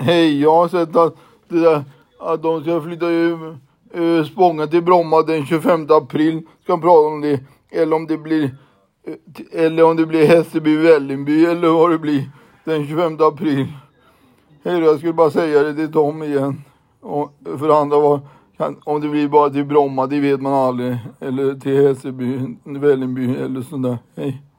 Hej, jag har sett att, att de ska flytta Spånga till Bromma den 25 april. Ska prata om det. Eller om det blir Hässelby, Vällingby eller vad det blir den 25 april. Hej då, jag skulle bara säga det till Tom igen. Och för andra om det blir bara till Bromma, det vet man aldrig. Eller till Hässelby, Vällingby eller sådär. Hej.